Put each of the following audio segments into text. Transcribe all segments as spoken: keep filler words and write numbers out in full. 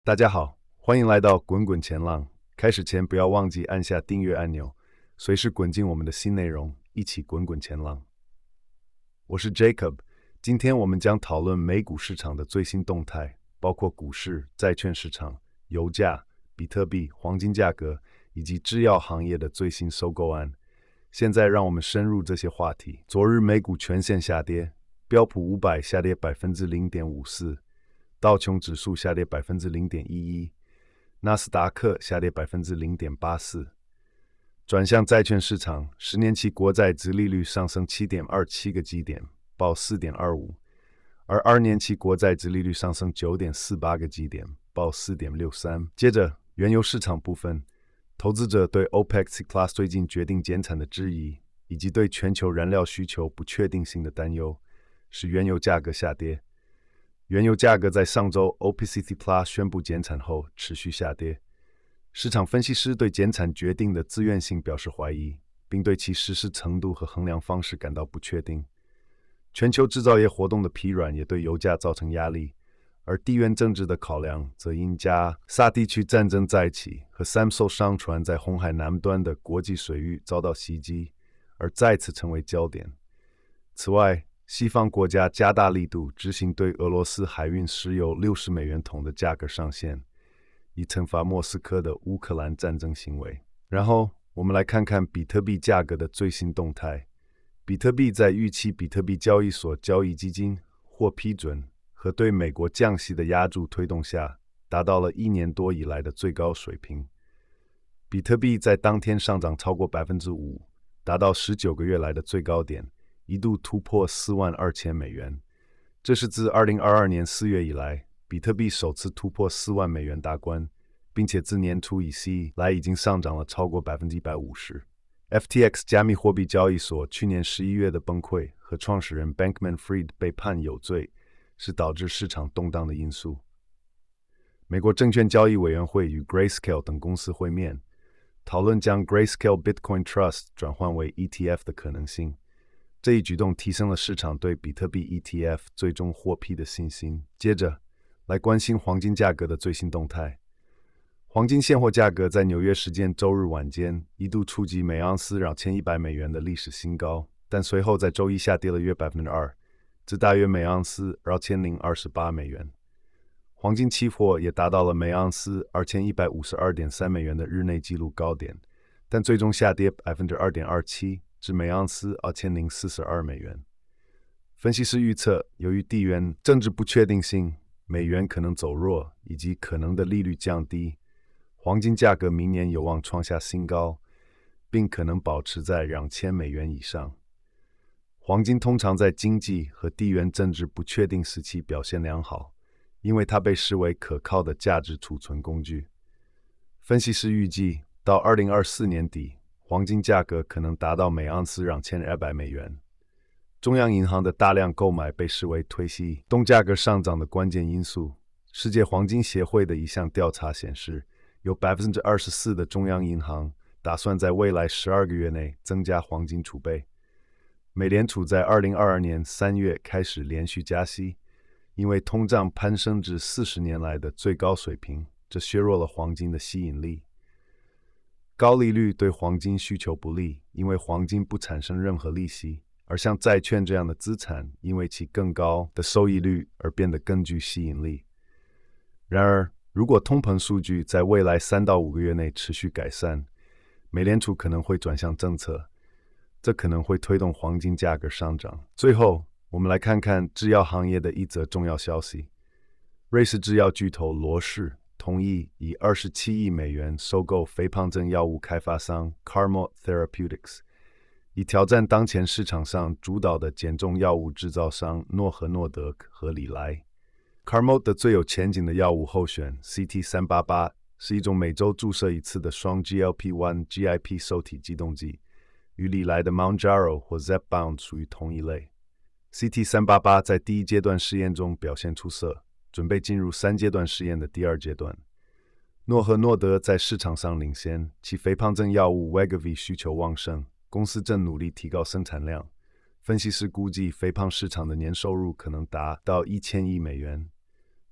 大家好，欢迎来到滚滚前浪。开始前不要忘记按下订阅按钮，随时滚进我们的新内容，一起滚滚前浪。我是 Jacob， 今天我们将讨论美股市场的最新动态，包括股市、债券市场、油价、比特币、黄金价格以及制药行业的最新收购案。现在让我们深入这些话题。昨日美股全线下跌，标普五百下跌百分之零点五四。道琼指数下跌百分之零点一一，纳斯达克下跌百分之零点八四。转向债券市场，十年期国债殖利率上升七点二七个基点，报四点二五，而二年期国债殖利率上升九点四八个基点，报四点六三。接着，原油市场部分，投资者对 OPEC Plus 最近决定减产的质疑，以及对全球燃料需求不确定性的担忧，使原油价格下跌。原油价格在上周 O P E C Plus 宣布减产后持续下跌，市场分析师对减产决定的自愿性表示怀疑，并对其实施程度和衡量方式感到不确定。全球制造业活动的疲软也对油价造成压力，而地缘政治的考量则因加沙地区战争再起和三艘商船在红海南端的国际水域遭到袭击而再次成为焦点。此外，西方国家加大力度执行对俄罗斯海运石油六十美元桶的价格上限，以惩罚莫斯科的乌克兰战争行为。然后，我们来看看比特币价格的最新动态。比特币在预期比特币交易所交易基金获批准和对美国降息的压注推动下，达到了一年多以来的最高水平。比特币在当天上涨超过 百分之五， 达到十九个月来的最高点，一度突破四万二千美元，这是自二零二二年四月以来，比特币首次突破四万美元大关，并且自年初以来已经上涨了超过 百分之一百五十。F T X 加密货币交易所去年十一月的崩溃和创始人 Bankman-Fried 被判有罪，是导致市场动荡的因素。美国证券交易委员会与 Grayscale 等公司会面，讨论将 Grayscale Bitcoin Trust 转换为 E T F 的可能性。这一举动提升了市场对比特币 E T F 最终获批的信心。接着，来关心黄金价格的最新动态。黄金现货价格在纽约时间周日晚间一度触及每盎司两千一百美元的历史新高，但随后在周一下跌了约 百分之二， 至大约每盎司二千零二十八美元。黄金期货也达到了每盎司二千一百五十二点三美元的日内纪录高点，但最终下跌 百分之二点二七。至每盎司二千零四十二美元。分析师预测，由于地缘政治不确定性、美元可能走弱以及可能的利率降低，黄金价格明年有望创下新高，并可能保持在两千美元以上。黄金通常在经济和地缘政治不确定时期表现良好，因为它被视为可靠的价值储存工具。分析师预计，到二零二四年底，黄金价格可能达到每盎司两千二百美元。中央银行的大量购买被视为推息动价格上涨的关键因素。世界黄金协会的一项调查显示，有 百分之二十四 的中央银行打算在未来十二个月内增加黄金储备。美联储在二零二二年三月开始连续加息，因为通胀攀升至四十年来的最高水平，这削弱了黄金的吸引力。高利率对黄金需求不利，因为黄金不产生任何利息，而像债券这样的资产，因为其更高的收益率而变得更具吸引力。然而，如果通膨数据在未来三到五个月内持续改善，美联储可能会转向政策，这可能会推动黄金价格上涨。最后，我们来看看制药行业的一则重要消息：瑞士制药巨头罗氏同意以二十七亿美元收购肥胖症药物开发商 Carmot Therapeutics， 以挑战当前市场上主导的减重药物制造商诺和诺德和礼来。Carmot 的最有前景的药物候选 C T 三八八 是一种每周注射一次的双 G L P 一 G I P 受体激动剂，与礼来的 Mounjaro 或 Zepbound 属于同一类。C T 三八八 在第一阶段试验中表现出色，准备进入三阶段试验的第二阶段。诺和诺德在市场上领先，其肥胖症药物 Wegovy 需求旺盛，公司正努力提高生产量。分析师估计，肥胖市场的年收入可能达到一千亿美元。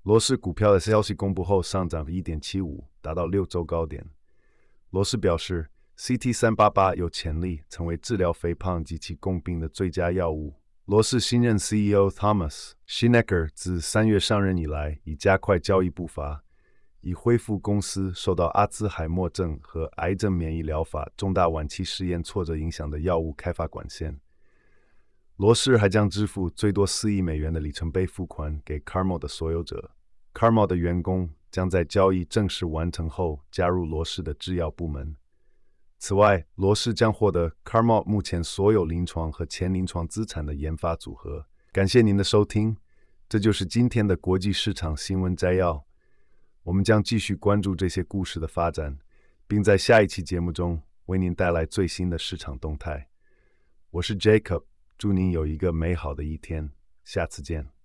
罗氏股票的消息公布后上涨 一点七五， 达到六周高点。罗氏表示 C T 三八八 有潜力成为治疗肥胖及其共病的最佳药物。罗氏新任 C E O Thomas Schinecker 自三月上任以来，已加快交易步伐，以恢复公司受到阿兹海默症和癌症免疫疗法重大晚期试验挫折影响的药物开发管线。罗氏还将支付最多四亿美元的里程碑付款给 Carmel 的所有者。Carmel 的员工将在交易正式完成后加入罗氏的制药部门。此外，罗氏将获得 Carmel 目前所有临床和前临床资产的研发组合。感谢您的收听，这就是今天的国际市场新闻摘要。我们将继续关注这些故事的发展，并在下一期节目中为您带来最新的市场动态。我是 Jacob， 祝您有一个美好的一天，下次见。